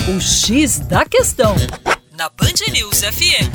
O X da Questão, na Band News FM.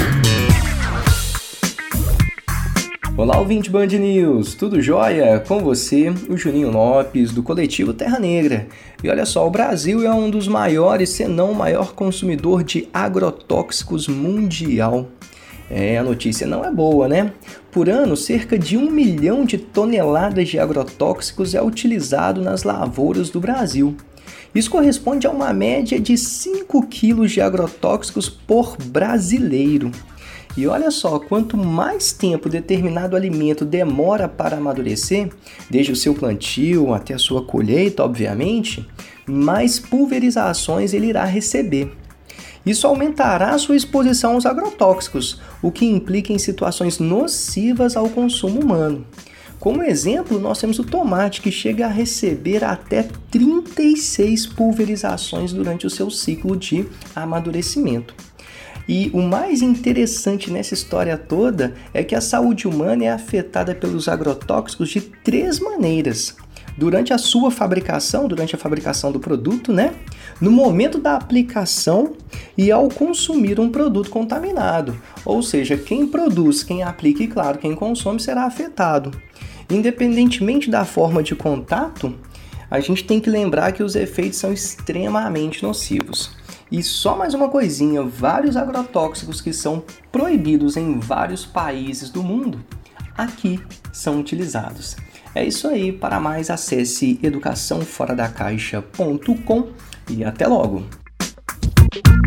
Olá, ouvinte Band News, tudo jóia? Com você, o Juninho Lopes, do coletivo Terra Negra. E olha só, o Brasil é um dos maiores, se não o maior consumidor de agrotóxicos mundial. A notícia não é boa, né? Por ano, cerca de 1 milhão de toneladas de agrotóxicos é utilizado nas lavouras do Brasil. Isso corresponde a uma média de 5 quilos de agrotóxicos por brasileiro. E olha só, quanto mais tempo determinado alimento demora para amadurecer, desde o seu plantio até a sua colheita, obviamente, mais pulverizações ele irá receber. Isso aumentará a sua exposição aos agrotóxicos, o que implica em situações nocivas ao consumo humano. Como exemplo, nós temos o tomate, que chega a receber até 36 pulverizações durante o seu ciclo de amadurecimento. E o mais interessante nessa história toda é que a saúde humana é afetada pelos agrotóxicos de 3 maneiras. Durante a sua fabricação, durante a fabricação do produto, no momento da aplicação e ao consumir um produto contaminado. Ou seja, quem produz, quem aplica e, claro, quem consome será afetado. Independentemente da forma de contato, a gente tem que lembrar que os efeitos são extremamente nocivos. E só mais uma coisinha, vários agrotóxicos que são proibidos em vários países do mundo, aqui são utilizados. É isso aí, para mais acesse educaçãoforadacaixa.com e até logo!